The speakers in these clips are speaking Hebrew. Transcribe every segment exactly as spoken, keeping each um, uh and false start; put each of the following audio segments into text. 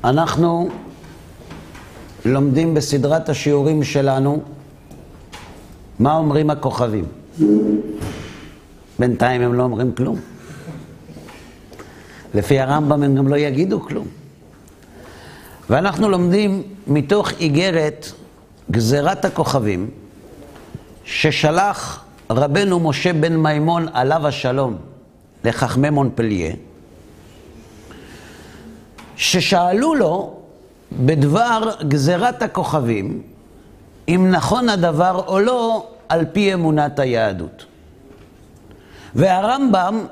אנחנו לומדים בסדרת השיעורים שלנו מה אומרים הכוכבים. בינתיים הם לא אומרים כלום. לפי הרמב"ם הם גם לא יגידו כלום. ואנחנו לומדים מתוך איגרת גזירת הכוכבים ששלח רבנו משה בן מימון עליו השלום לחכמי מונפליה, ששאלו לו בדבר גזירת הכוכבים אם נכון הדבר או לא על פי אמונת היהדות. והרמב"ם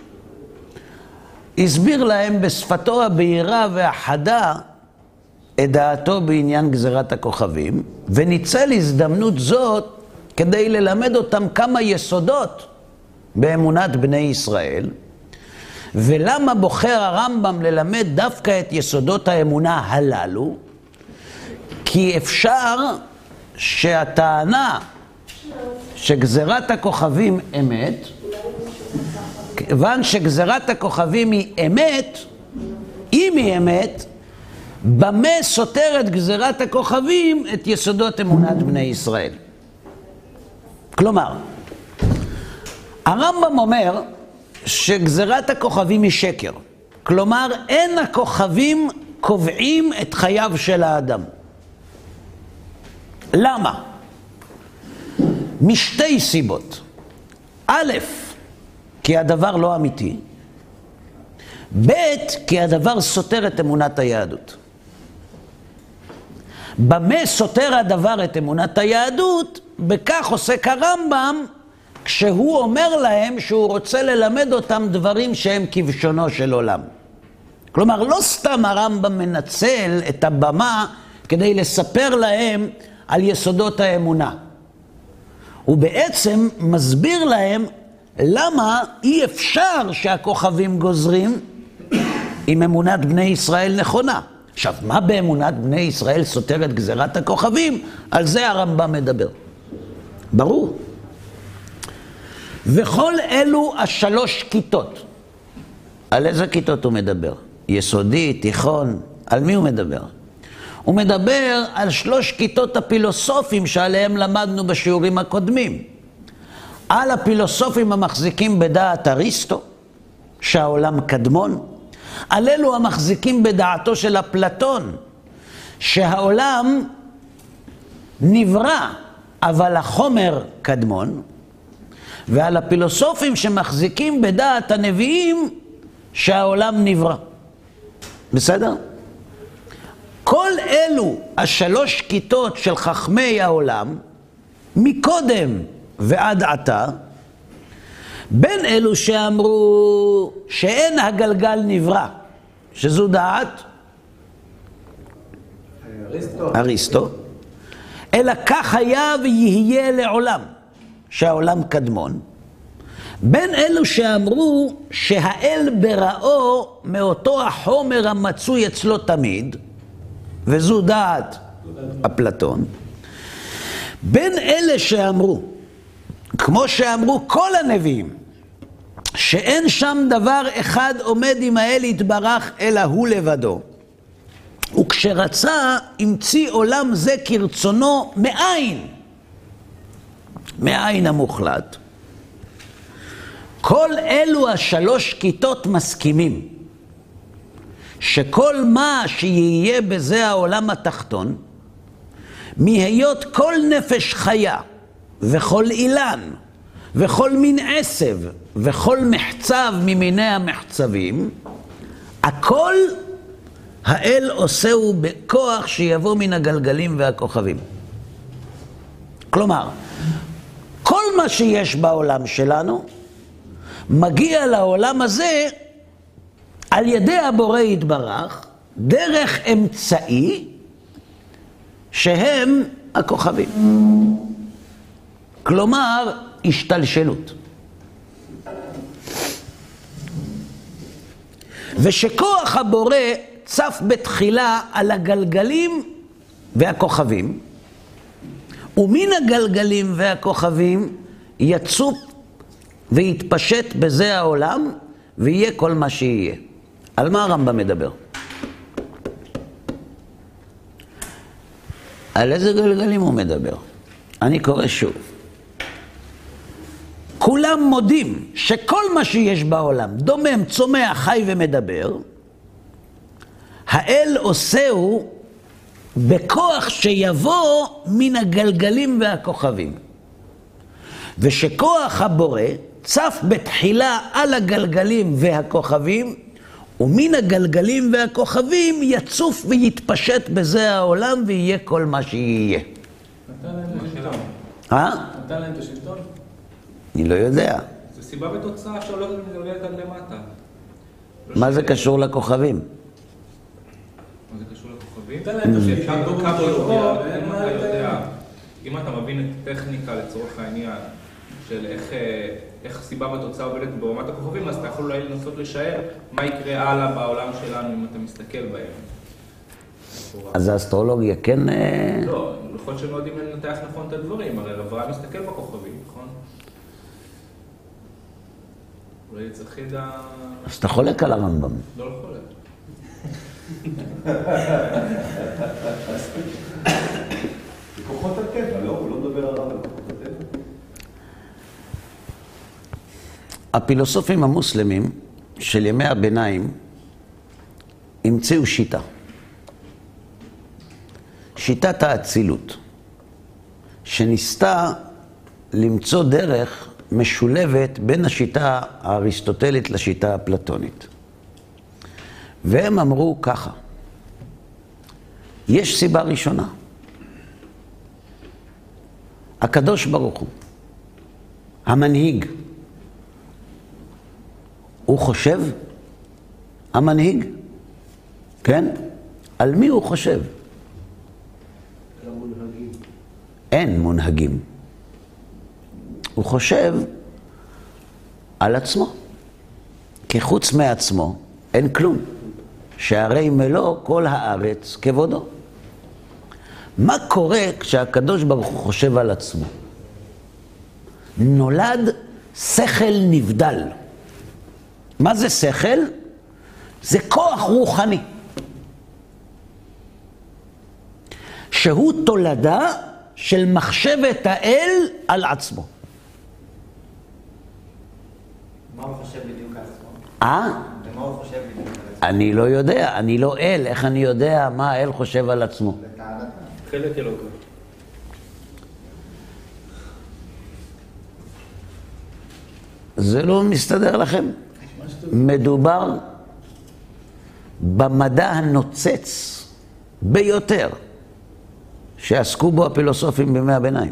הסביר להם בשפתו הבהירה והחדה את דעתו בעניין גזירת הכוכבים, וניצל הזדמנות זאת כדי ללמד אותם כמה יסודות באמונת בני ישראל. ולמה בוחר הרמב"ם ללמד דווקא את יסודות האמונה הללו? כי אפשר שהטענה שגזירת הכוכבים אמת, כיוון שגזירת הכוכבים היא אמת, אם היא אמת, במה סותרת גזירת הכוכבים את יסודות אמונת בני ישראל? כלומר, הרמב"ם אומר שגזירת הכוכבים היא שקר. כלומר, אין הכוכבים קובעים את חייו של האדם. למה? משתי סיבות. א', כי הדבר לא אמיתי. ב', כי הדבר סותר את אמונת היהדות. במה סותר הדבר את אמונת היהדות? בכך עוסק הרמב"ם כשהוא אומר להם שהוא רוצה ללמד אותם דברים שהם כבשונו של עולם. כלומר, לא סתם הרמב"ם מנצל את הבמה כדי לספר להם על יסודות האמונה. הוא בעצם מסביר להם למה אי אפשר שהכוכבים גוזרים אם אמונת בני ישראל נכונה. עכשיו, מה באמונת בני ישראל סותר את גזירת הכוכבים? על זה הרמב"ם מדבר. ברור. וכל אלו השלוש כיתות. על איזה כיתות הוא מדבר? יסודי, תיכון, על מי הוא מדבר? הוא מדבר על שלוש כיתות הפילוסופים שעליהם למדנו בשיעורים הקודמים. על הפילוסופים המחזיקים בדעת אריסטו, שהעולם קדמון. על אלו המחזיקים בדעתו של אפלטון, שהעולם נברא, אבל החומר קדמון. ועל הפילוסופים שמחזיקים בדעת הנביאים, שהעולם נברא. בסדר? כל אלו השלוש כיתות של חכמי העולם, מקודם ועד עתה, בין אלו שאמרו שאין הגלגל נברא, שזו דעת אריסטו, אריסטו, אלא כך היה ויהיה לעולם, שהעולם קדמון. בין אלו שאמרו שהאל בראו מאותו החומר המצוי אצלו תמיד, וזו דעת אפלטון. בין אלה שאמרו, כמו שאמרו כל הנביאים, שאין שם דבר אחד עומד עם האל יתברך אלא הוא לבדו, וכשרצה המציא עולם זה כרצונו מאין, מאין המוחלט. כל אלו השלוש כיתות מסכימים שכל מה שיהיה בזה העולם התחתון, מהיות כל נפש חיה וכל אילן וכל מין עשב וכל מחצב ממיני המחצבים, הכל האל עושהו בכוח שיבוא מן הגלגלים והכוכבים. כלומר, כל מה שיש בעולם שלנו מגיע לעולם הזה על ידי הבורא יתברך, דרך אמצעי שהם הכוכבים. כלומר, השתלשלות. ושכוח הבורא צף בתחילה על הגלגלים והכוכבים, ומן הגלגלים והכוכבים יצוף ויתפשט בזה העולם, ויהיה כל מה שיהיה. על מה הרמב"ם מדבר? על איזה גלגלים הוא מדבר? אני קורא שוב. כולם מודים שכל מה שיש בעולם, דומם, צומח, חי ומדבר, האל עושהו בכוח שיבוא מן הגלגלים והכוכבים. ושכוח הבורא צף בתחילה על הגלגלים והכוכבים, ומן הגלגלים והכוכבים יצוף ויתפשט בזה העולם ויהיה כל מה שיהיה. נתן להם את השלטון. אה? נתן להם את השלטון? אני לא יודע. זה סיבה ותוצאה שהולכת ומתגלגלת עד למטה. מה זה קשור לכוכבים? מה זה קשור לכוכבים? נתן להם את השלטון. קו בקו אם אתה יודע, אם אתה מבין את הטכניקה לצורך העניין, של איך, איך סיבה ותוצאה עובדת ברמת הכוכבים, אז אתה יכול אולי לנסות לשער מה יקרה הלאה בעולם שלנו אם אתה מסתכל בהם. אז האסטרולוגיה כן... לא, יכול להיות שהם לא יודעים לנתח נכון את הדברים, הרי אברהם מסתכל בכוכבים, נכון? אולי צריך ידע... אז אתה חולק על הרמב"ם. לא לחולק. זה כוחות הטבע, לא? הוא לא מדבר על כוחות הטבע. הפילוסופים המוסלמים של ימי הביניים המציאו שיטה. שיטת האצילות, שניסתה למצוא דרך משולבת בין השיטה האריסטוטלית לשיטה הפלטונית. והם אמרו ככה, יש סיבה ראשונה. הקדוש ברוך הוא, המנהיג, הוא חושב, המנהיג, כן? על מי הוא חושב? המונהגים. אין מונהגים. הוא חושב על עצמו. כי חוץ מעצמו אין כלום. שהרי מלוא כל הארץ כבודו. מה קורה כשהקדוש ברוך הוא חושב על עצמו? נולד שכל נבדל. מה זה שכל? זה כוח רוחני. שהוא תולדה של מחשבת האל על עצמו. מה הוא חושב בדיוק על עצמו? אה? ומה הוא חושב בדיוק על עצמו? אני לא יודע, אני לא אל, איך אני יודע מה האל חושב על עצמו? לטענתם. חלק אלוקות. זה לא מסתדר לכם. מדובר במדע הנוצץ ביותר שעסקו בו הפילוסופים בימי הביניים.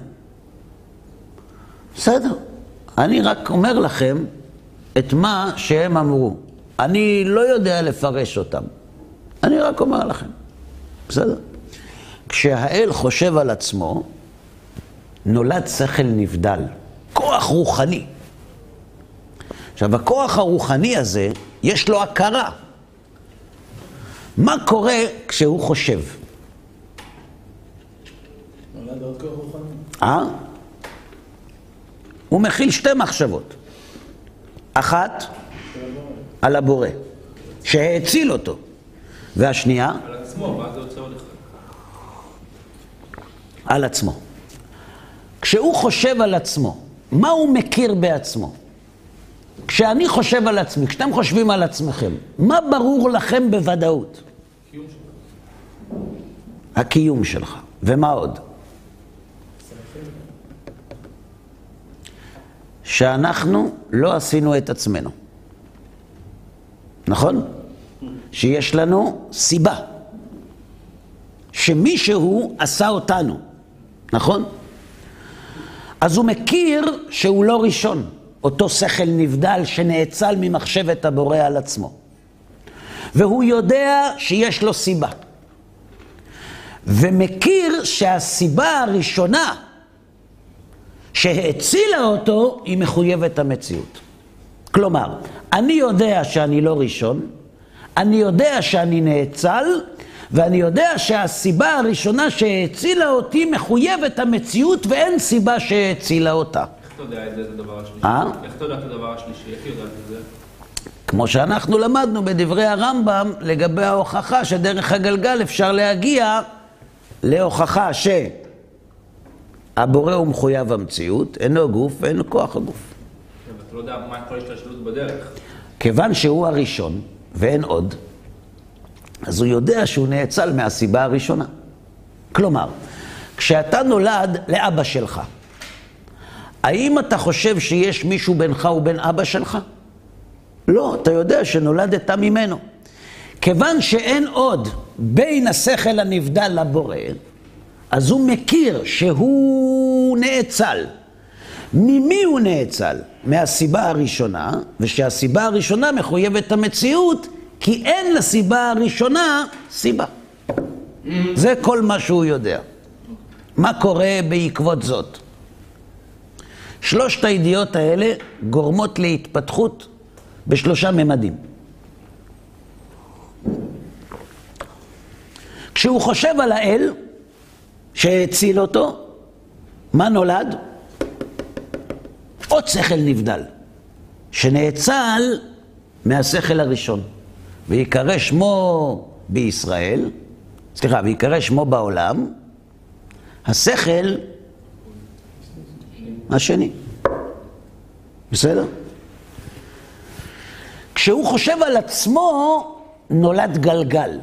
בסדר, אני רק אומר לכם את מה שהם אמרו. אני לא יודע לפרש אותם. אני רק אומר לכם. בסדר? כשהאל חושב על עצמו, נולד שכל נבדל, כוח רוחני. עכשיו, הכוח הרוחני הזה, יש לו הכרה. מה קורה כשהוא חושב? נולד עוד כוח רוחני. אה? הוא מכיל שתי מחשבות. אחת, על הבורא, שהאציל אותו. והשנייה, על עצמו, מה זה יוצא עוד אחד? על עצמו. כשהוא חושב על עצמו, מה הוא מכיר בעצמו? כשאני חושב על עצמי, כשאתם חושבים על עצמכם, מה ברור לכם בוודאות? קיום שלך. הקיום שלך. ומה עוד? שאנחנו לא עשינו את עצמנו. נכון? שיש לנו סיבה. שמישהו עשה אותנו. נכון? אז הוא מכיר שהוא לא ראשון. אותו שכל נבדל שנאצל ממחשבת הבורא על עצמו. והוא יודע שיש לו סיבה. ומכיר שהסיבה הראשונה שהאצילה אותו היא מחויבת המציאות. כלומר, אני יודע שאני לא ראשון, אני יודע שאני נאצל, ואני יודע שהסיבה הראשונה שהאצילה אותי מחויבת המציאות ואין סיבה שהאצילה אותה. איך אתה יודע את זה, את הדבר השלישי? אה? איך אתה יודע את הדבר השלישי? איך יודעת את זה? כמו שאנחנו למדנו בדברי הרמב"ם לגבי ההוכחה שדרך הגלגל אפשר להגיע להוכחה שהבורא הוא מחויב המציאות, אינו גוף ואינו כוח הגוף. אתה לא יודע מה כל השתלשלות בדרך. כיוון שהוא הראשון ואין עוד, אז הוא יודע שהוא נאצל מהסיבה הראשונה. כלומר, כשאתה נולד לאבא שלך, האם אתה חושב שיש מישהו בינך ובין אבא שלך? לא, אתה יודע שנולדת ממנו. כיוון שאין עוד בין השכל הנבדל לבורא, אז הוא מכיר שהוא נאצל. ממי הוא נאצל? מהסיבה הראשונה, ושהסיבה הראשונה מחויבת המציאות, כי אין לסיבה הראשונה סיבה. זה כל מה שהוא יודע. מה קורה בעקבות זאת? שלושת הידיעות האלה גורמות להתפתחות בשלושה ממדים. כשהוא חושב על האל שהציל אותו, מה נולד? עוד שכל נבדל, שנאצל מהשכל הראשון, ויקרא שמו בישראל, סליחה, ויקרא שמו בעולם, השכל השני. בסדר? כשהוא חושב על עצמו, נולד גלגל.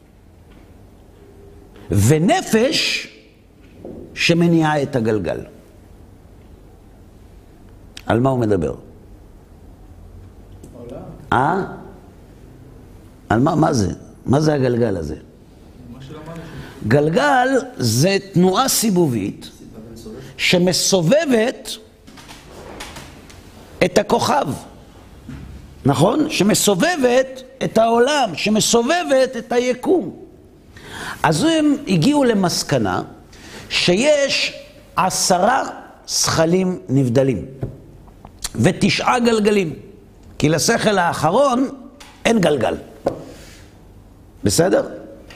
ונפש שמניעה את הגלגל. על מה הוא מדבר? עולם. אה? על מה, מה זה? מה זה הגלגל הזה? מה שלמדנו. גלגל זה תנועה סיבובית שמסובבת את הכוכב. נכון? שמסובבת את העולם, שמסובבת את היקום. אז הם הגיעו למסקנה שיש עשרה שכלים נבדלים ותשעה גלגלים, כי לשכל האחרון אין גלגל. בסדר?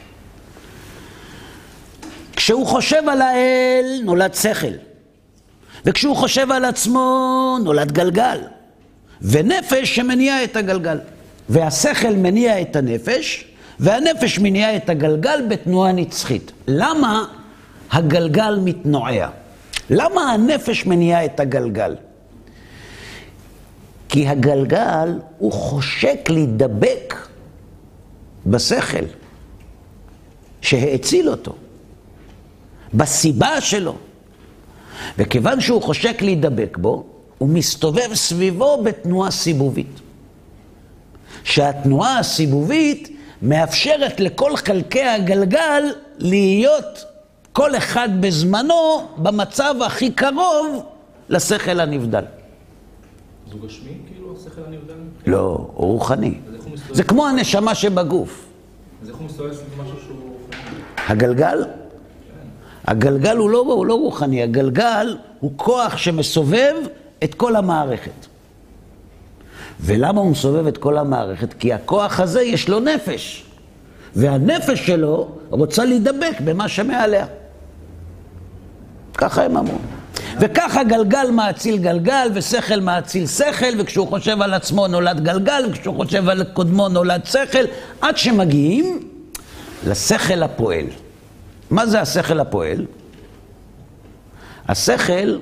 כשהוא חושב על האל נולד שכל, וכשהוא חושב על עצמו נולד גלגל, ונפש שמניע את הגלגל, והשכל מניע את הנפש, והנפש מניעה את הגלגל בתנועה נצחית. למה הגלגל מתנועע? למה הנפש מניעה את הגלגל? כי הגלגל הוא חושק להידבק בשכל שהאציל אותו, בסיבה שלו. וכיוון שהוא חושק להידבק בו, הוא מסתובב סביבו בתנועה סיבובית. שהתנועה הסיבובית מאפשרת לכל חלקי הגלגל להיות כל אחד בזמנו במצב הכי קרוב לשכל הנבדל. זו גשמי כאילו השכל הנבדל? לא, הוא רוחני. זה כמו הנשמה שבגוף. אז איך הוא מסתובב סביב משהו שהוא... הגלגל? הגלגל הוא לא, הוא לא רוחני, הגלגל הוא כוח שמסובב את כל המערכת. ולמה הוא מסובב את כל המערכת? כי הכוח הזה יש לו נפש, והנפש שלו רוצה להידבק במה שמעליה. ככה הם אמרו. וככה גלגל מאציל גלגל, ושכל מאציל שכל, וכשהוא חושב על עצמו נולד גלגל, וכשהוא חושב על קודמו נולד שכל, עד שמגיעים לשכל הפועל. מה זה השכל הפועל? השכל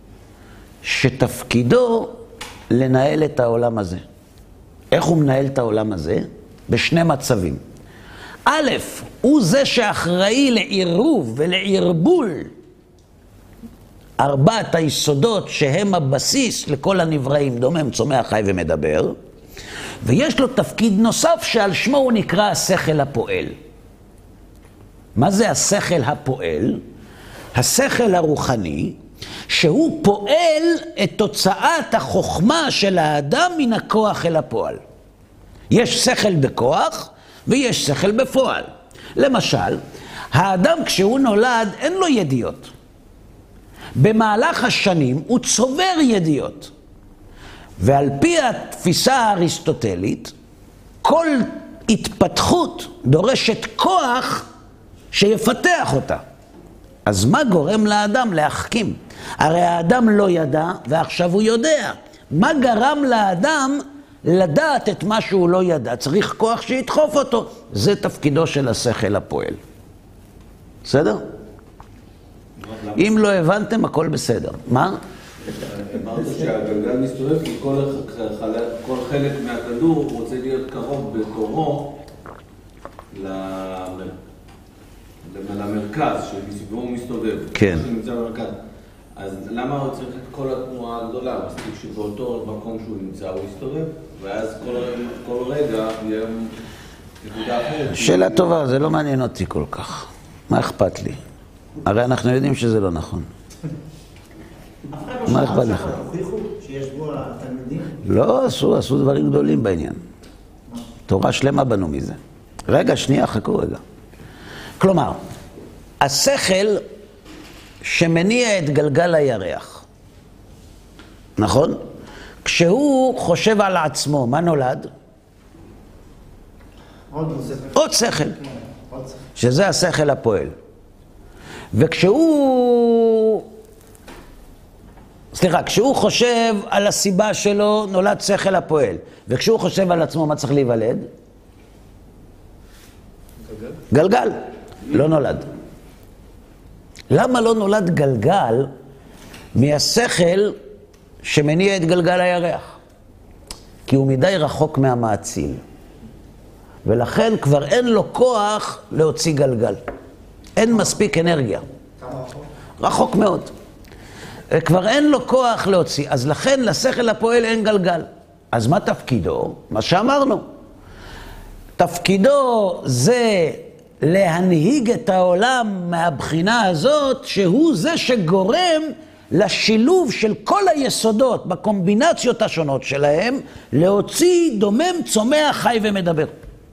שתפקידו לנהל את העולם הזה. איך הוא מנהל את העולם הזה? בשני מצבים. א', הוא זה שאחראי לעירוב ולערבול ארבעת היסודות שהם הבסיס לכל הנבראים, דומם, צומח, חי ומדבר, ויש לו תפקיד נוסף שעל שמו הוא נקרא השכל הפועל. מה זה השכל הפועל? השכל הרוחני, שהוא פועל את תוצאת החוכמה של האדם מן הכוח אל הפועל. יש שכל בכוח ויש שכל בפועל. למשל, האדם כשהוא נולד אין לו ידיעות. במהלך השנים הוא צובר ידיעות. ועל פי התפיסה האריסטוטלית, כל התפתחות דורשת כוח שיפתח אותה. אז מה גורם לאדם להחכים? הרי האדם לא ידע ועכשיו הוא יודע. מה גרם לאדם לדעת את מה שהוא לא ידע? צריך כוח שידחוף אותו. זה תפקידו של השכל הפועל. בסדר? אם לא הבנתם, הכל בסדר. מה? אמרת שהגלגל מסתובב כי כל חלק, כל חלק מהכדור רוצה להיות קרוב בתורו למרכז, שמסביבו הוא מסתובב. כן. שנמצא במרכז. אז למה הוא צריך את כל התנועה הגדולה? מספיק שבאותו מקום שהוא נמצא הוא יסתובב, ואז כל, כל רגע יהיה נקודה אחרת. שאלה טובה, זה לא מעניין אותי כל כך. מה אכפת לי? הרי אנחנו יודעים שזה לא נכון. מה אכפת לך? הוכיחו שיש בו התלמידים? לא עשו, עשו דברים גדולים בעניין. תורה שלמה בנו מזה. רגע, שנייה, חכו רגע. כלומר, השכל שמניע את גלגל הירח, נכון? כשהוא חושב על עצמו, מה נולד? עוד שכל. עוד שכל, עוד שכל. שזה השכל הפועל. וכשהוא, סליחה, כשהוא חושב על הסיבה שלו, נולד שכל הפועל. וכשהוא חושב על עצמו, מה צריך להיוולד? גלגל. גלגל. לא נולד. למה לא נולד גלגל מהשכל שמניע את גלגל הירח? כי הוא מדי רחוק מהמעציל. ולכן כבר אין לו כוח להוציא גלגל. אין מספיק אנרגיה. כמה רחוק? רחוק מאוד. כבר אין לו כוח להוציא. אז לכן לשכל הפועל אין גלגל. אז מה תפקידו? מה שאמרנו. תפקידו זה להנהיג את העולם מהבחינה הזאת, שהוא זה שגורם לשילוב של כל היסודות בקומבינציות השונות שלהם, להוציא דומם, צומח, חי ומדבר.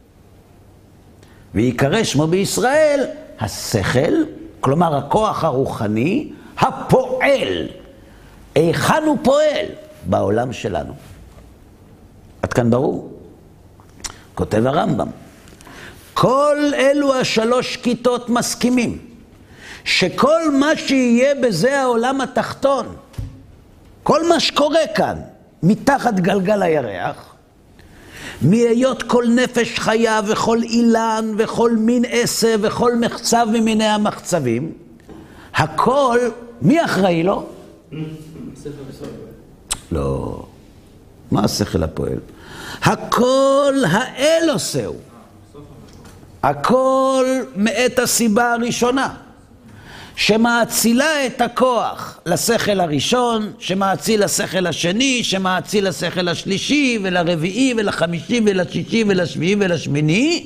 ויקרא שמו בישראל השכל, כלומר הכוח הרוחני, הפועל. היכן הוא פועל? בעולם שלנו. עד כאן ברור? כותב הרמב"ם. כל אלו השלוש כיתות מסכימים שכל מה שיהיה בזה העולם התחתון, כל מה שקורה כאן מתחת גלגל הירח, מהיות כל נפש חיה וכל אילן וכל מין עשב וכל מחצב ממיני המחצבים, הכל, מי אחראי לו? לא. מה השכל הפועל? הכל האל עושהו. הכל מאת הסיבה הראשונה, שמאצילה את הכוח לשכל הראשון, שמאציל לשכל השני, שמאציל לשכל השלישי ולרביעי ולחמישי ולשישי ולשביעי ולשמיני,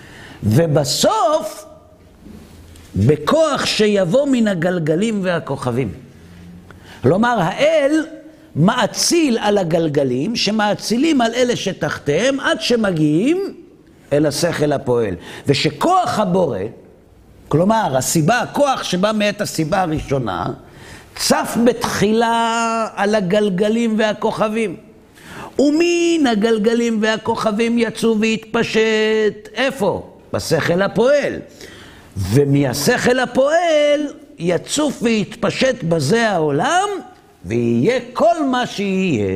ובסוף בכוח שיבוא מן הגלגלים והכוכבים. כלומר, האל מאציל על הגלגלים, שמאצילים על אלה שתחתיהם, עד שמגיעים אל השכל הפועל. ושכוח הבורא, כלומר, הסיבה, הכוח שבא מאת הסיבה הראשונה, צף בתחילה על הגלגלים והכוכבים. ומן הגלגלים והכוכבים יצאו והתפשט, איפה? בשכל הפועל. ומהשכל הפועל יצוף והתפשט בזה העולם, ויהיה כל מה שיהיה.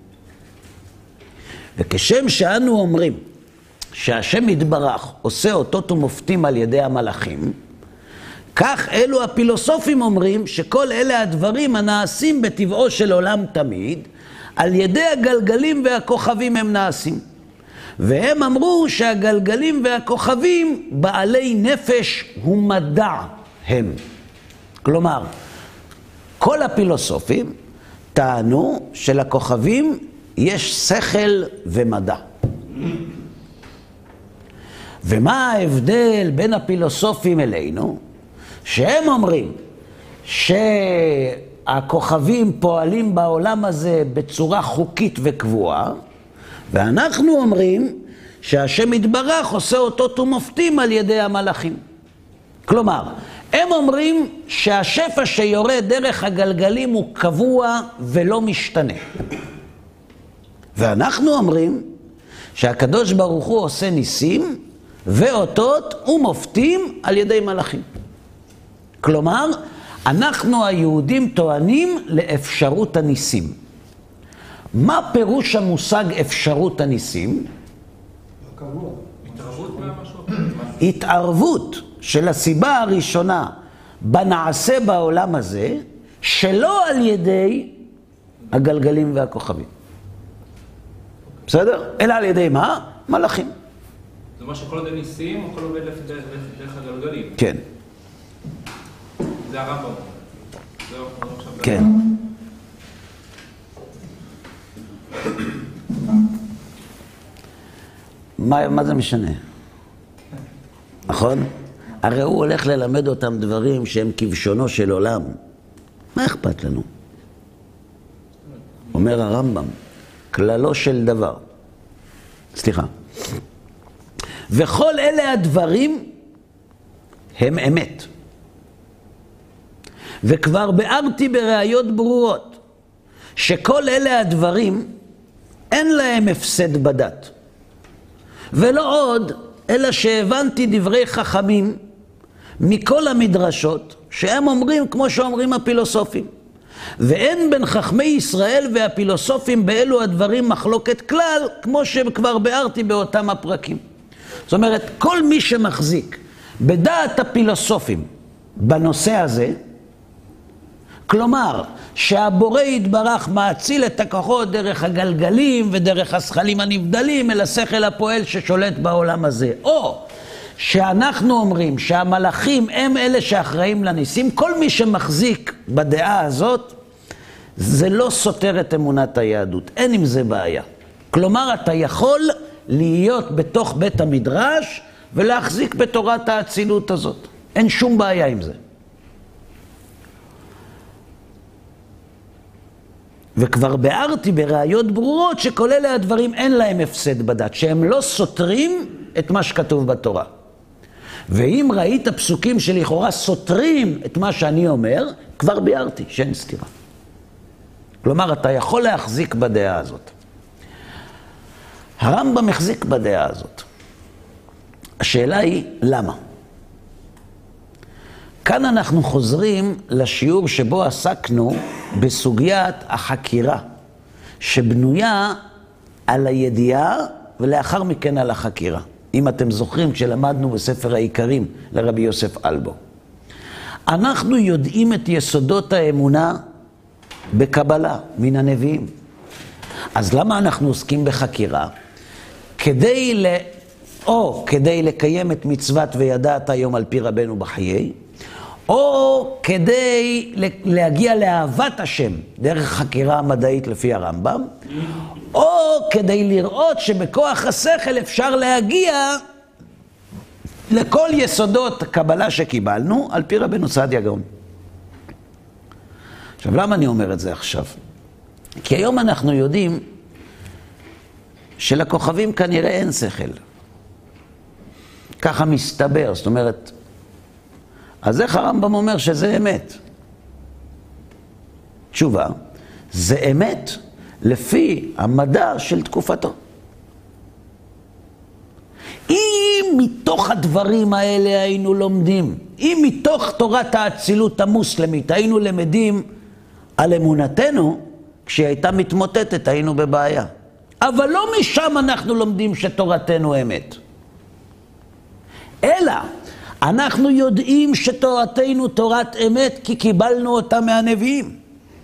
וכשם שאנו אומרים, שהשם יתברך עושה אותות ומופתים על ידי המלאכים, כך אלו הפילוסופים אומרים שכל אלה הדברים הנעשים בטבעו של עולם תמיד, על ידי הגלגלים והכוכבים הם נעשים. והם אמרו שהגלגלים והכוכבים בעלי נפש ומדע הם. כלומר, כל הפילוסופים טענו שלכוכבים יש שכל ומדע. ומה ההבדל בין הפילוסופים אלינו? שהם אומרים שהכוכבים פועלים בעולם הזה בצורה חוקית וקבועה, ואנחנו אומרים שהשם יתברך עושה אותות ומופתים על ידי המלאכים. כלומר, הם אומרים שהשפע שיורד דרך הגלגלים הוא קבוע ולא משתנה. ואנחנו אומרים שהקדוש ברוך הוא עושה ניסים ואותות ומופתים על ידי מלאכים. כלומר, אנחנו היהודים טוענים לאפשרות הניסים. מה פירוש המושג אפשרות הניסים? התערבות מהמשהו. התערבות של הסיבה הראשונה בנעשה בעולם הזה, שלא על ידי הגלגלים והכוכבים. בסדר? אלא על ידי מה? מלאכים. זאת אומרת שכל עוד אין ניסים, הכל עובד לפי דרך דרך הגלגלים. כן. זה הרמב"ם. זהו, אנחנו עכשיו... כן. מה, מה זה משנה? נכון? הרי הוא הולך ללמד אותם דברים שהם כבשונו של עולם. מה אכפת לנו? אומר הרמב"ם, כללו של דבר. סליחה. וכל אלה הדברים הם אמת. וכבר בארתי בראיות ברורות, שכל אלה הדברים אין להם הפסד בדת. ולא עוד, אלא שהבנתי דברי חכמים מכל המדרשות, שהם אומרים כמו שאומרים הפילוסופים. ואין בין חכמי ישראל והפילוסופים באלו הדברים מחלוקת כלל, כמו שכבר בארתי באותם הפרקים. זאת אומרת, כל מי שמחזיק בדעת הפילוסופים בנושא הזה, כלומר, שהבורא יתברך מאציל את הכוחות דרך הגלגלים ודרך השכלים הנבדלים אל השכל הפועל ששולט בעולם הזה. או שאנחנו אומרים שהמלאכים הם אלה שאחראים לניסים, כל מי שמחזיק בדעה הזאת, זה לא סותר את אמונת היהדות, אין עם זה בעיה. כלומר, אתה יכול להיות בתוך בית המדרש ולהחזיק בתורת האצילות הזאת. אין שום בעיה עם זה. וכבר בארתי בראיות ברורות שכל אלה הדברים אין להם הפסד בדת, שהם לא סותרים את מה שכתוב בתורה. ואם ראית פסוקים שלכאורה סותרים את מה שאני אומר, כבר בארתי שאין סתירה. כלומר, אתה יכול להחזיק בדעה הזאת. הרמב"ם מחזיק בדעה הזאת. השאלה היא, למה? כאן אנחנו חוזרים לשיעור שבו עסקנו בסוגיית החקירה, שבנויה על הידיעה ולאחר מכן על החקירה. אם אתם זוכרים, כשלמדנו בספר העיקרים לרבי יוסף אלבו. אנחנו יודעים את יסודות האמונה בקבלה, מן הנביאים. אז למה אנחנו עוסקים בחקירה? כדי ל... או כדי לקיים את מצוות וידעת היום על פי רבנו בחיי, או כדי להגיע לאהבת השם דרך חקירה מדעית לפי הרמב"ם, או כדי לראות שבכוח השכל אפשר להגיע לכל יסודות הקבלה שקיבלנו על פי רבנו סעדיה גאון. עכשיו, למה אני אומר את זה עכשיו? כי היום אנחנו יודעים שלכוכבים כנראה אין שכל. ככה מסתבר, זאת אומרת, אז איך הרמב"ם אומר שזה אמת? תשובה, זה אמת לפי המדע של תקופתו. אם מתוך הדברים האלה היינו לומדים, אם מתוך תורת האצילות המוסלמית היינו למדים על אמונתנו, כשהיא הייתה מתמוטטת היינו בבעיה. אבל לא משם אנחנו לומדים שתורתנו אמת. אלא, אנחנו יודעים שתורתנו תורת אמת כי קיבלנו אותה מהנביאים.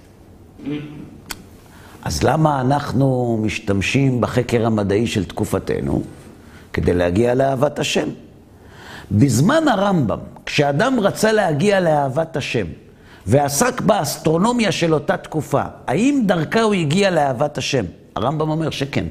אז למה אנחנו משתמשים בחקר המדעי של תקופתנו? כדי להגיע לאהבת השם. בזמן הרמב"ם, כשאדם רצה להגיע לאהבת השם, ועסק באסטרונומיה של אותה תקופה, האם דרכה הוא הגיע לאהבת השם? הרמב"ם אומר שכן.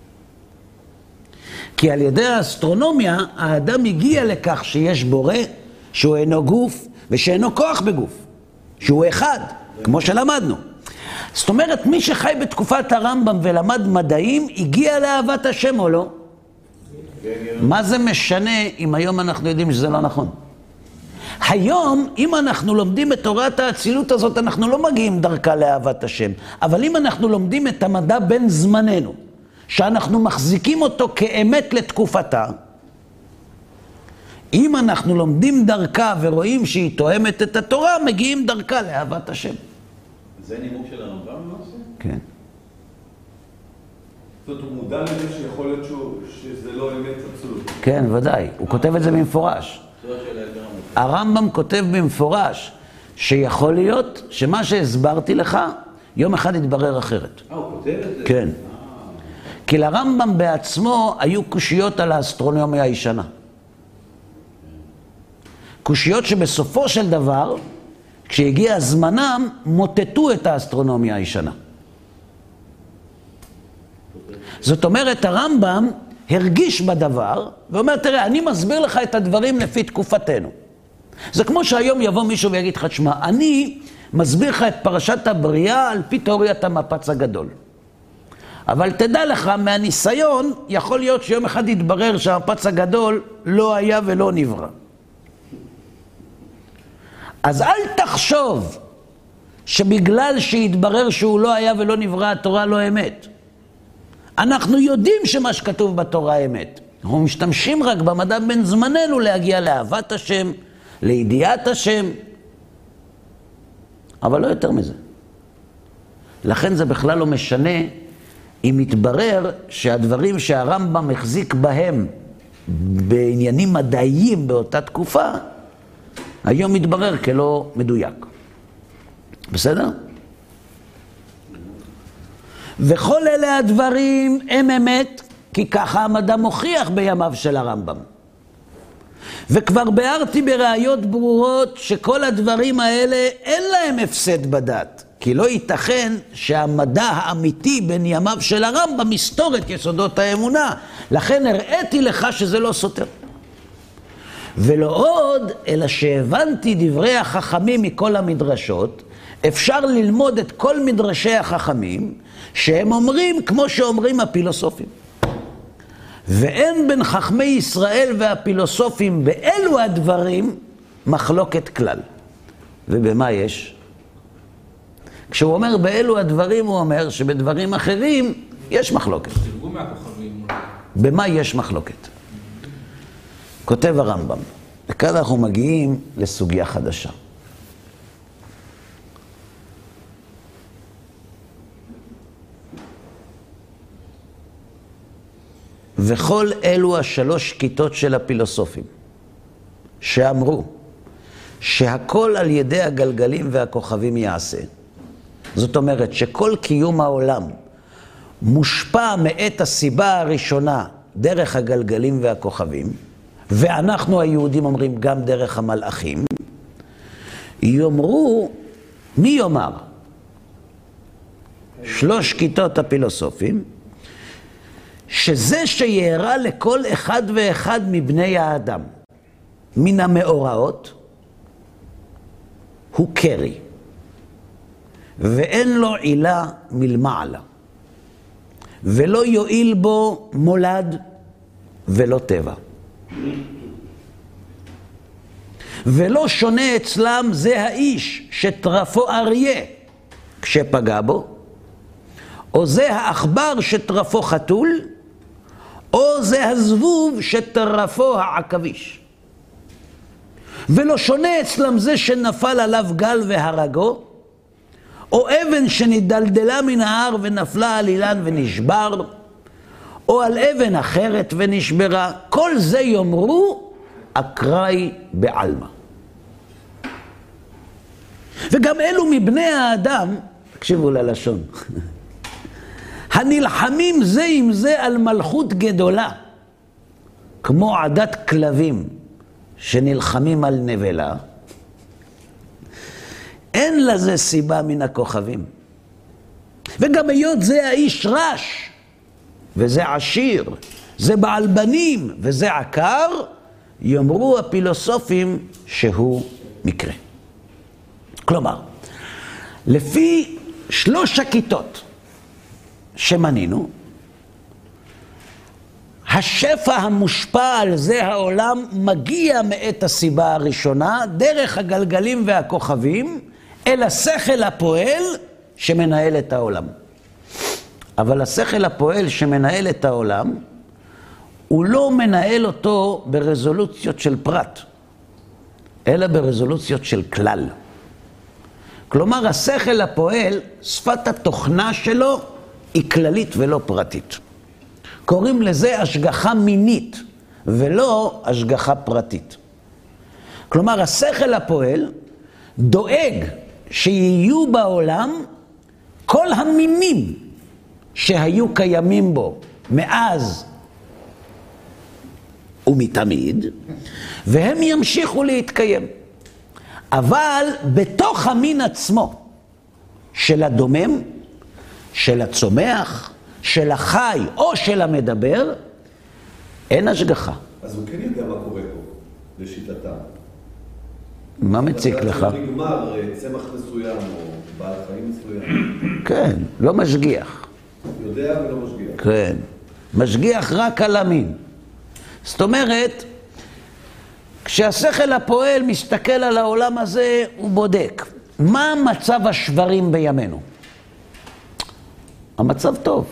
כי על ידי האסטרונומיה, האדם הגיע לכך שיש בורא, שהוא אינו גוף, ושאינו כוח בגוף. שהוא אחד, כמו שלמדנו. זאת אומרת, מי שחי בתקופת הרמב"ם ולמד מדעים, הגיע לאהבת השם או לא? מה זה משנה אם היום אנחנו יודעים שזה לא נכון? היום, אם אנחנו לומדים את תורת האצילות הזאת, אנחנו לא מגיעים דרכה לאהבת השם. אבל אם אנחנו לומדים את המדע בין זמננו, שאנחנו מחזיקים אותו כאמת לתקופתה, אם אנחנו לומדים דרכה ורואים שהיא תואמת את התורה, מגיעים דרכה לאהבת השם. זה נימוק של הרמב"ם למעשה? כן. זאת אומרת, הוא מודע לזה שיכול להיות שזה לא אמת אצילות. כן, ודאי. הוא כותב את זה במפורש. זו השאלה יותר עמוקה. הרמב"ם כותב במפורש שיכול להיות שמה שהסברתי לך יום אחד יתברר אחרת. אה, הוא כותב את זה? כן. כי לרמב"ם בעצמו היו קושיות על האסטרונומיה הישנה. קושיות שבסופו של דבר, כשהגיע זמנם, מוטטו את האסטרונומיה הישנה. זאת אומרת, הרמב"ם הרגיש בדבר, ואומר, תראה, אני מסביר לך את הדברים לפי תקופתנו. זה כמו שהיום יבוא מישהו ויגיד לך, שמה, אני מסביר לך את פרשת הבריאה על פי תיאוריית המפץ הגדול. אבל תדע לך, מהניסיון, יכול להיות שיום אחד יתברר שהמפץ הגדול לא היה ולא נברא. אז אל תחשוב שבגלל שהתברר שהוא לא היה ולא נברא, התורה לא אמת. אנחנו יודעים שמה שכתוב בתורה אמת. אנחנו משתמשים רק במדע בין זמננו להגיע לאהבת השם, לידיעת השם, אבל לא יותר מזה. לכן זה בכלל לא משנה אם יתברר שהדברים שהרמב"ם החזיק בהם בעניינים מדעיים באותה תקופה, היום מתברר כלא מדויק. בסדר? וכל אלה הדברים הם אמת, כי ככה המדע מוכיח בימיו של הרמב"ם. וכבר ביארתי בראיות ברורות שכל הדברים האלה אין להם הפסד בדת, כי לא ייתכן שהמדע האמיתי בין ימיו של הרמב"ם יסתור את יסודות האמונה. לכן הראיתי לך שזה לא סותר. ולא עוד, אלא שהבנתי דברי החכמים מכל המדרשות, אפשר ללמוד את כל מדרשי החכמים, שהם אומרים כמו שאומרים הפילוסופים. ואין בין חכמי ישראל והפילוסופים באלו הדברים מחלוקת כלל. ובמה יש? כשהוא אומר באלו הדברים, הוא אומר שבדברים אחרים יש מחלוקת. תרגום מהכוכבים. במה יש מחלוקת? כותב הרמב"ם, וכאן אנחנו מגיעים לסוגיה חדשה. וכל אלו השלוש כיתות של הפילוסופים, שאמרו שהכל על ידי הגלגלים והכוכבים יעשה. זאת אומרת שכל קיום העולם מושפע מאת הסיבה הראשונה דרך הגלגלים והכוכבים, ואנחנו היהודים אומרים גם דרך המלאכים, יאמרו, מי יאמר? שלוש כיתות הפילוסופים, שזה שיערה לכל אחד ואחד מבני האדם מן המאורעות הוא קרי, ואין לו עילה מלמעלה, ולא יועיל בו מולד ולא טבע. ולא שונה אצלם זה האיש שטרפו אריה כשפגע בו, או זה האחבר שטרפו חתול, או זה הזבוב שטרפו העכביש. ולא שונה אצלם זה שנפל עליו גל והרגו, או אבן שנדלדלה מן ההר ונפלה על אילן ונשבר, או על אבן אחרת ונשברה. כל זה יאמרו אקראי בעלמא. וגם אלו מבני האדם, תקשיבו ללשון, הנלחמים זה עם זה על מלכות גדולה, כמו עדת כלבים שנלחמים על נבלה, אין לזה סיבה מן הכוכבים. וגם היות זה האיש רש, וזה עשיר, זה בעל בנים, וזה עקר, יאמרו הפילוסופים שהוא מקרה. כלומר, לפי שלוש הכיתות שמנינו, השפע המושפע על זה העולם מגיע מאת הסיבה הראשונה, דרך הגלגלים והכוכבים, אל השכל הפועל שמנהל את העולם. אבל השכל הפועל שמנהל את העולם, הוא לא מנהל אותו ברזולוציות של פרט, אלא ברזולוציות של כלל. כלומר, השכל הפועל, שפת התוכנה שלו, היא כללית ולא פרטית. קוראים לזה השגחה מינית, ולא השגחה פרטית. כלומר, השכל הפועל דואג שיהיו בעולם כל המינים שהיו קיימים בו מאז ומתמיד, והם ימשיכו להתקיים. אבל בתוך המין עצמו, של הדומם, של הצומח, של החי או של המדבר, אין השגחה. אז הוא כן יודע מה קורה פה, לשיטתם. מה מציק לך? נגמר צמח מסוים או בעל חיים מסוים. כן, לא משגיח. יודע ולא משגיח. כן, משגיח רק על המין. זאת אומרת, כשהשכל הפועל מסתכל על העולם הזה, הוא בודק. מה מצב השברים בימינו? המצב טוב.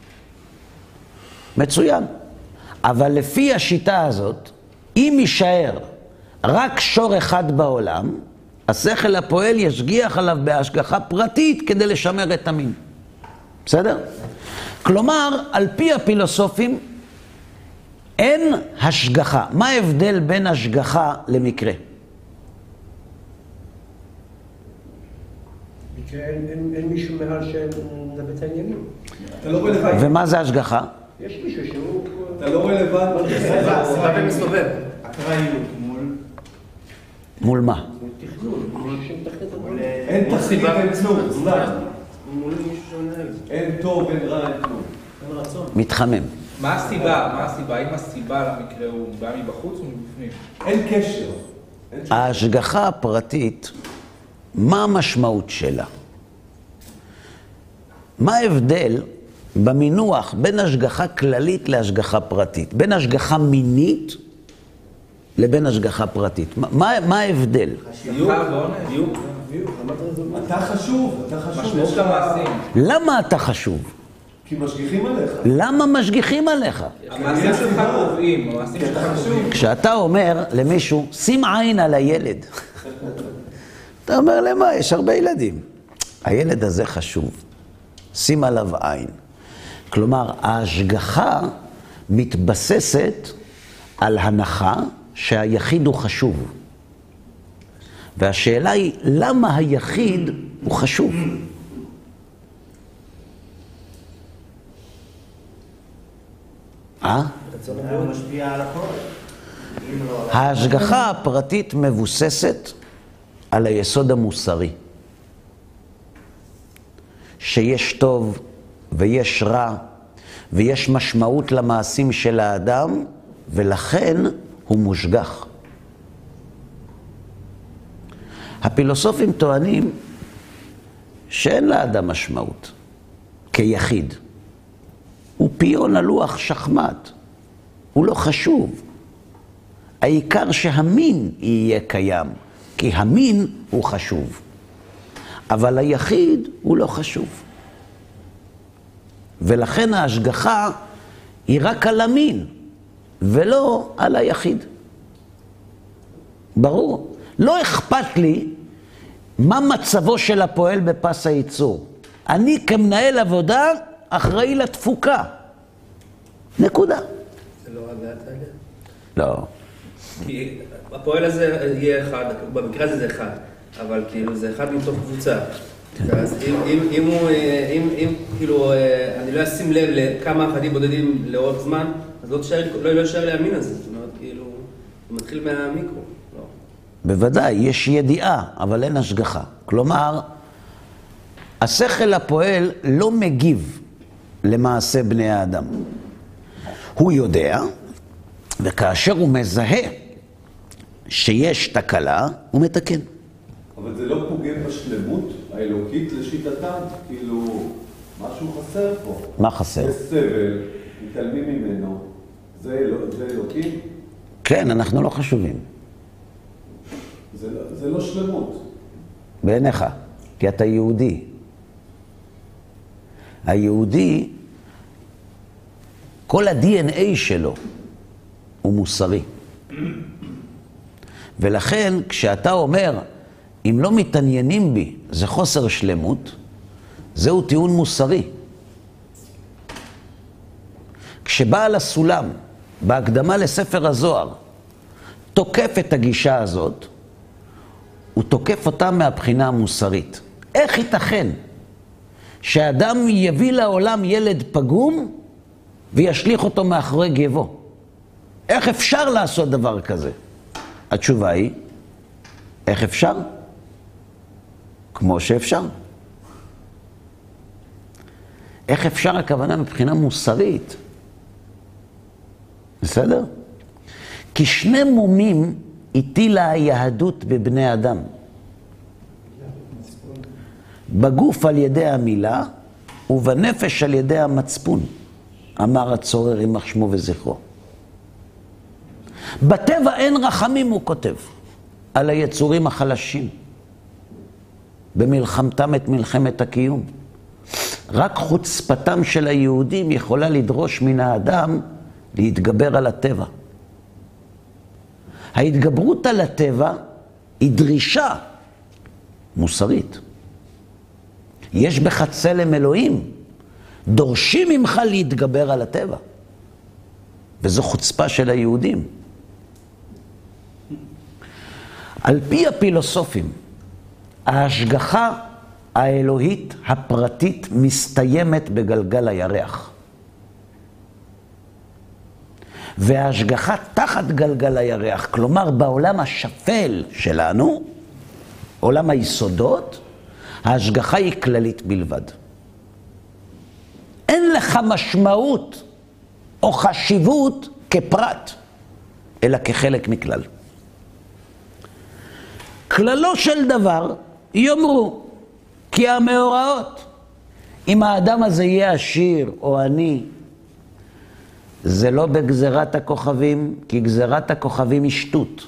מצוין. אבל לפי השיטה הזאת, אם יישאר רק שור אחד בעולם, השכל הפועל ישגיח עליו בהשגחה פרטית כדי לשמר את המין. בסדר? כלומר, על פי הפילוסופים, אין השגחה. מה ההבדל בין השגחה למקרה? מקרה אין, אין, אין מישהו מעל שמדבר את העניינים. אתה לא רלוונטי. ומה זה השגחה? יש מישהו שהוא... אתה לא רלוונטי. סיבה ומסתובב. אקראיות מול... מול מה? מול תכנון, מול שמתכנת את מול... אין תכלית, אין כלום, סתם. מול מישהו שמנהל. אין טוב, אין רע, אין כלום. אין רצון. מתחמם. מה הסיבה? מה הסיבה? האם הסיבה למקרה הוא בא מבחוץ או מבפנים? אין קשר. אין שום- ההשגחה הפרטית, מה המשמעות שלה? מה ההבדל במינוח בין השגחה כללית להשגחה פרטית? בין השגחה מינית לבין השגחה פרטית. מה, מה, מה ההבדל? שמחה ועונש? דיוק. דיוק. אמרת את זה. אתה חשוב, אתה חשוב. משמעות יש לך- המעשים. למה אתה חשוב? כי משגיחים עליך. למה משגיחים עליך? המעשים שלך קובעים, המעשים כי שלך אתה חשוב. קובעים. כשאתה אומר למישהו, שים עין על הילד, אתה אומר, למה? יש הרבה ילדים. הילד הזה חשוב. שים עליו עין. כלומר, ההשגחה מתבססת על הנחה שהיחיד הוא חשוב. והשאלה היא, למה היחיד הוא חשוב? אה? זה משפיע על הכל. אם לא... ההשגחה הפרטית מבוססת על היסוד המוסרי. שיש טוב ויש רע ויש משמעות למעשים של האדם, ולכן הוא מושגח. הפילוסופים טוענים שאין לאדם משמעות כיחיד. הוא פיון על לוח שחמט. הוא לא חשוב. העיקר שהמין יהיה קיים, כי המין הוא חשוב. אבל היחיד הוא לא חשוב. ולכן ההשגחה היא רק על המין, ולא על היחיד. ברור. לא אכפת לי מה מצבו של הפועל בפס הייצור. אני כמנהל עבודה אחראי לתפוקה. נקודה. זה לא הדעת האלה? לא. כי הפועל הזה יהיה אחד, במקרה הזה זה אחד, אבל כאילו זה אחד מתוך קבוצה. אז אם, אם, אם הוא, אם, אם כאילו, אני לא אשים לב לכמה אחדים בודדים לאורך זמן, אז לא תשאר, לא יישאר לי המין הזה. זאת אומרת, כאילו, זה מתחיל מהמיקרו. לא. בוודאי, יש ידיעה, אבל אין השגחה. כלומר, השכל הפועל לא מגיב למעשה בני האדם. הוא יודע, וכאשר הוא מזהה שיש תקלה, הוא מתקן. אבל זה לא פוגם בשלמות האלוקית לשיטתם, כאילו, משהו חסר פה. מה חסר? יש סבל, מתעלמים ממנו, זה, אלו- זה אלוקים, כן, אנחנו לא חשובים. זה, לא- זה לא שלמות. בעיניך, כי אתה יהודי. היהודי, כל ה-די אן איי שלו הוא מוסרי. ולכן, כשאתה אומר, אם לא מתעניינים בי, זה חוסר שלמות, זהו טיעון מוסרי. כשבעל הסולם, בהקדמה לספר הזוהר, תוקף את הגישה הזאת, הוא תוקף אותה מהבחינה המוסרית. איך ייתכן שאדם יביא לעולם ילד פגום וישליך אותו מאחורי גבו? איך אפשר לעשות דבר כזה? התשובה היא, איך אפשר? כמו שאפשר. איך אפשר הכוונה מבחינה מוסרית? בסדר? כי שני מומים הטילה היהדות בבני אדם. בגוף על ידי המילה ובנפש על ידי המצפון, אמר הצורר יימח שמו וזכרו. בטבע אין רחמים, הוא כותב, על היצורים החלשים. במלחמתם את מלחמת הקיום. רק חוצפתם של היהודים יכולה לדרוש מן האדם להתגבר על הטבע. ההתגברות על הטבע היא דרישה מוסרית. יש בך צלם אלוהים, דורשים ממך להתגבר על הטבע. וזו חוצפה של היהודים. על פי הפילוסופים, ההשגחה האלוהית הפרטית מסתיימת בגלגל הירח. וההשגחה תחת גלגל הירח, כלומר בעולם השפל שלנו, עולם היסודות, ההשגחה היא כללית בלבד. אין לך משמעות או חשיבות כפרט, אלא כחלק מכלל. כללו של דבר יאמרו, כי המאורעות, אם האדם הזה יהיה עשיר או עני, זה לא בגזרת הכוכבים, כי גזרת הכוכבים היא שטות.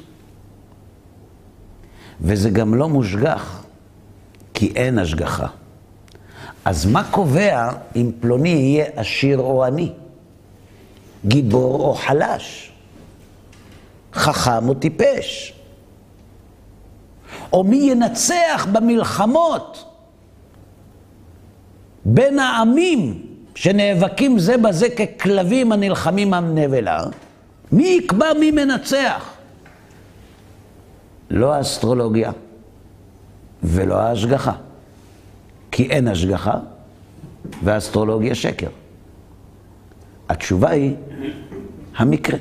וזה גם לא מושגח, כי אין השגחה. אז מה קובע אם פלוני יהיה עשיר או עני? גיבור או חלש? חכם או טיפש? או מי ינצח במלחמות בין העמים שנאבקים זה בזה ככלבים הנלחמים המנבלה? מי יקבע מי מנצח? לא האסטרולוגיה ולא ההשגחה, כי אין השגחה והאסטרולוגיה שקר. התשובה היא המקרה.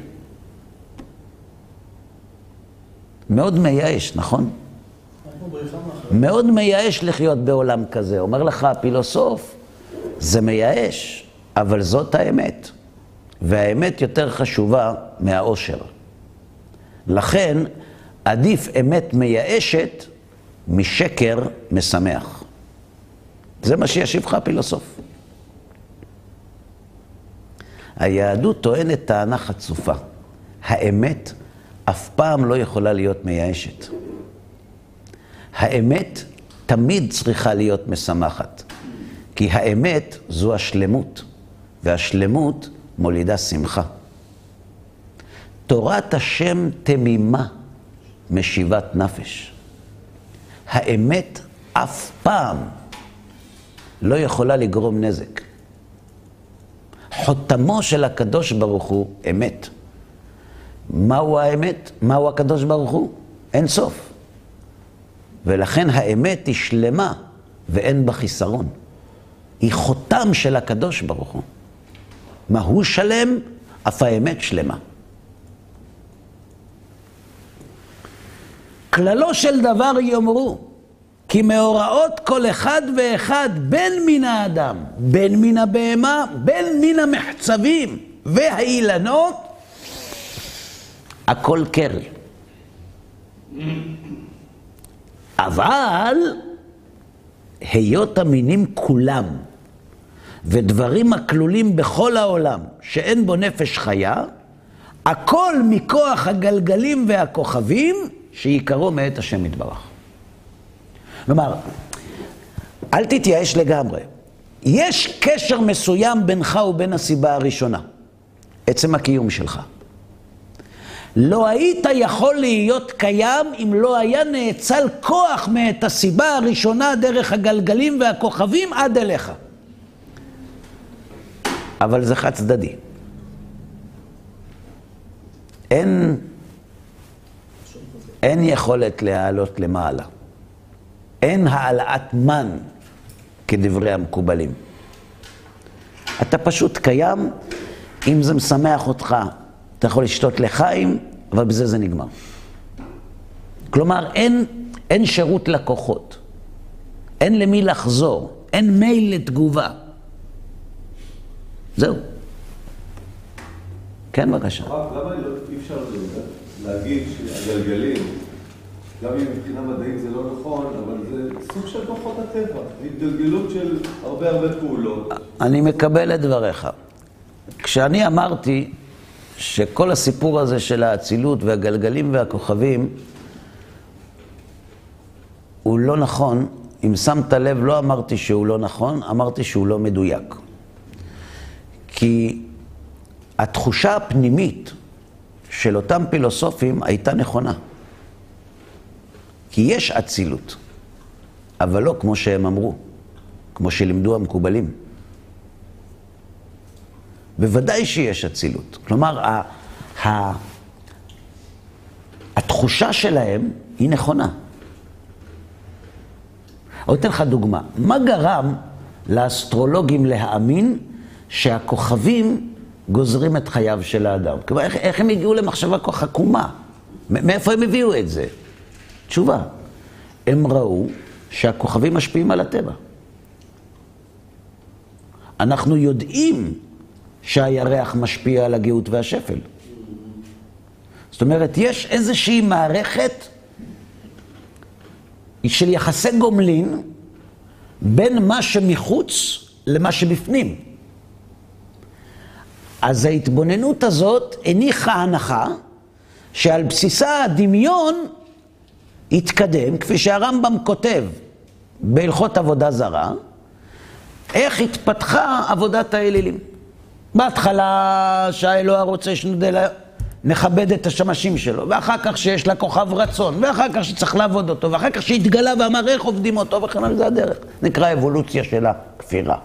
מאוד מייאש, נכון? מאוד מייאש לחיות בעולם כזה. אומר לך הפילוסוף, זה מייאש, אבל זאת האמת. והאמת יותר חשובה מהאושר. לכן עדיף אמת מייאשת משקר משמח. זה מה שישיב לך הפילוסוף. היהדות טוענת טענה חצופה. האמת אף פעם לא יכולה להיות מייאשת. האמת תמיד צריכה להיות משמחת. כי האמת זו השלמות, והשלמות מולידה שמחה. תורת השם תמימה משיבת נפש. האמת אף פעם לא יכולה לגרום נזק. חותמו של הקדוש ברוך הוא אמת. מהו האמת? מהו הקדוש ברוך הוא? אין סוף. ולכן האמת היא שלמה ואין בה חיסרון. היא חותם של הקדוש ברוך הוא. מה הוא שלם? אף האמת שלמה. כללו של דבר יאמרו, כי מאורעות כל אחד ואחד בין מן האדם, בין מן הבהמה, בין מן המחצבים והאילנות, הכל קר. אבל היות המינים כולם ודברים הכלולים בכל העולם שאין בו נפש חיה, הכל מכוח הגלגלים והכוכבים שיקרו מאת השם יתברך. כלומר, אל תתייאש לגמרי. יש קשר מסוים בינך ובין הסיבה הראשונה, עצם הקיום שלך. לא היית יכול להיות קיים אם לא היה נאצל כוח מאת הסיבה הראשונה דרך הגלגלים והכוכבים עד אליך. אבל זה חד צדדי. אין, אין יכולת להעלות למעלה. אין העלאת מן כדברי המקובלים. אתה פשוט קיים, אם זה משמח אותך, אתה יכול לשתות לחיים, אבל בזה זה נגמר. כלומר, אין, אין שירות לקוחות, אין למי לחזור, אין מייל לתגובה. זהו. כן, בבקשה. רק למה לא, אי אפשר להגיד שהגלגלים, גם אם מבחינה מדעית זה לא נכון, אבל זה סוג של כוחות הטבע, התגלגלות של הרבה הרבה פעולות. אני מקבל את דבריך. כשאני אמרתי שכל הסיפור הזה של האצילות והגלגלים והכוכבים הוא לא נכון, אם שמת לב, לא אמרתי שהוא לא נכון, אמרתי שהוא לא מדויק. כי התחושה הפנימית של אותם פילוסופים הייתה נכונה. כי יש אצילות, אבל לא כמו שהם אמרו, כמו שלימדו המקובלים. בוודאי שיש אצילות. כלומר, ה- ה- התחושה שלהם היא נכונה. אני אתן לך דוגמה. מה גרם לאסטרולוגים להאמין שהכוכבים גוזרים את חייו של האדם? כלומר, איך, איך הם הגיעו למחשבה כה חכומה? מאיפה הם הביאו את זה? תשובה. הם ראו שהכוכבים משפיעים על הטבע. אנחנו יודעים שהירח משפיע על הגאות והשפל. זאת אומרת, יש איזושהי מערכת של יחסי גומלין בין מה שמחוץ למה שבפנים. אז ההתבוננות הזאת הניחה הנחה שעל בסיסה הדמיון התקדם, כפי שהרמב"ם כותב בהלכות עבודה זרה, איך התפתחה עבודת האלילים. בהתחלה שהאלוה רוצה שנדע נכבד את השמשים שלו, ואחר כך שיש לה כוכב רצון, ואחר כך שצריך לעבוד אותו, ואחר כך שהתגלה ואמר איך עובדים אותו, וכן על זה הדרך. נקרא אבולוציה של הכפירה.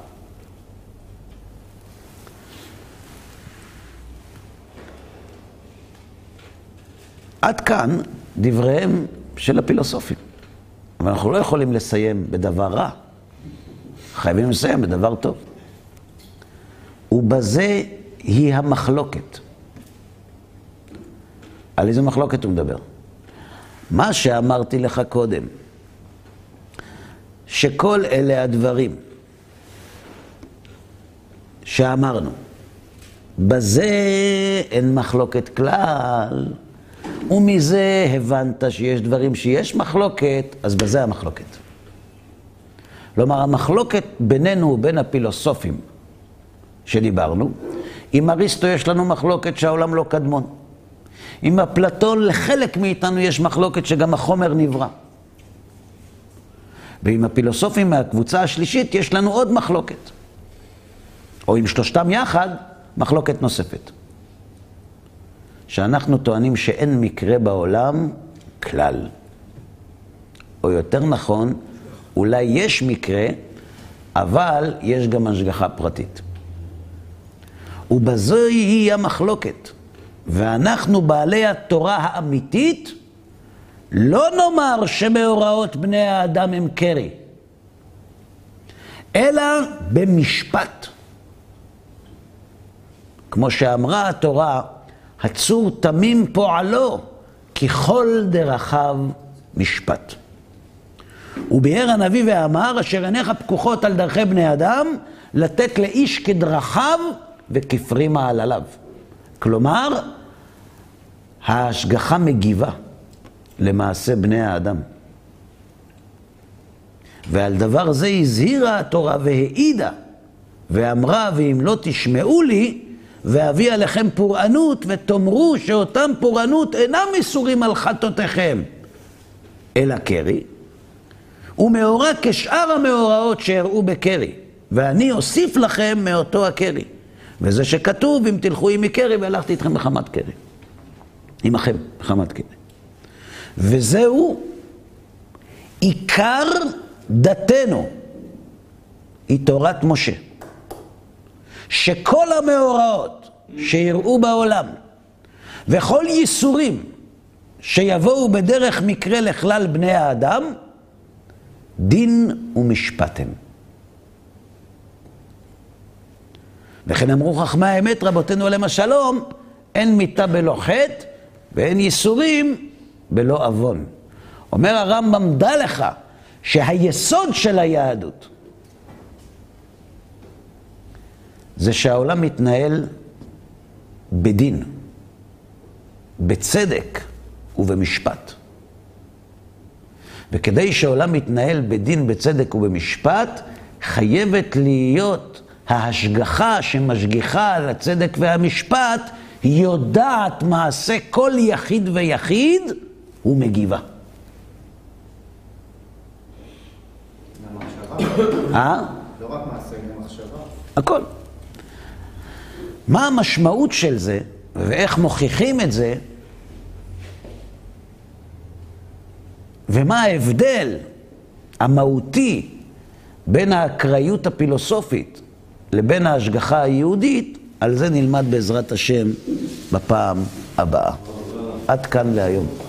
עד כאן דבריהם של הפילוסופים. אבל אנחנו לא יכולים לסיים בדבר רע. חייבים לסיים בדבר טוב. ובזה היא המחלוקת. על איזה מחלוקת הוא מדבר? מה שאמרתי לך קודם, שכל אלה הדברים שאמרנו, בזה אין מחלוקת כלל, ומזה הבנת שיש דברים שיש מחלוקת, אז בזה המחלוקת. כלומר, המחלוקת בינינו ובין הפילוסופים שדיברנו, עם אריסטו יש לנו מחלוקת שהעולם לא קדמון. עם אפלטון לחלק מאיתנו יש מחלוקת שגם החומר נברא. ועם הפילוסופים מהקבוצה השלישית יש לנו עוד מחלוקת. או עם שלושתם יחד, מחלוקת נוספת. שאנחנו טוענים שאין מקרה בעולם כלל. או יותר נכון, אולי יש מקרה, אבל יש גם השגחה פרטית. ובזוהי היא המחלוקת. ואנחנו בעלי התורה האמיתית, לא נאמר שמאורעות בני האדם הם קרי, אלא במשפט. כמו שאמרה התורה, הצור תמים פועלו, כי כל דרכיו משפט. וביאר הנביא ואמר, אשר עיניך פקוחות על דרכי בני אדם, לתת לאיש כדרכיו וכפרי מעלליו. כלומר, ההשגחה מגיבה למעשה בני האדם. ועל דבר זה הזהירה התורה והעידה, ואמרה, ואם לא תשמעו לי, ואביא עליכם פורענות, ותאמרו שאותם פורענות אינם מסורים על חטאותיכם, אלא קרי, ומאורע כשאר המאורעות שהראו בקרי, ואני אוסיף לכם מאותו הקרי. וזה שכתוב, אם תלכו עמי קרי, והלכתי איתכם בחמת קרי. עמכם בחמת קרי. וזהו עיקר דתנו, היא תורת משה. שכל המאורעות שיראו בעולם, וכל ייסורים שיבואו בדרך מקרה לכלל בני האדם, דין ומשפטם. וכן אמרו חכמי האמת רבותינו עליהם השלום, אין מיתה בלא חטא ואין ייסורים בלא עוון. אומר הרמב"ם, דע לך שהיסוד של היהדות זה שהעולם מתנהל בדין, בצדק ובמשפט. וכדי שהעולם מתנהל בדין, בצדק ובמשפט, חייבת להיות ההשגחה שמשגיחה על הצדק והמשפט, היא יודעת מעשה כל יחיד ויחיד ומגיבה. אה? לא רק מעשה, גם מחשבה. הכל. מה המשמעות של זה, ואיך מוכיחים את זה, ומה ההבדל המהותי בין האקראיות הפילוסופית לבין ההשגחה היהודית, על זה נלמד בעזרת השם בפעם הבאה. עד כאן להיום.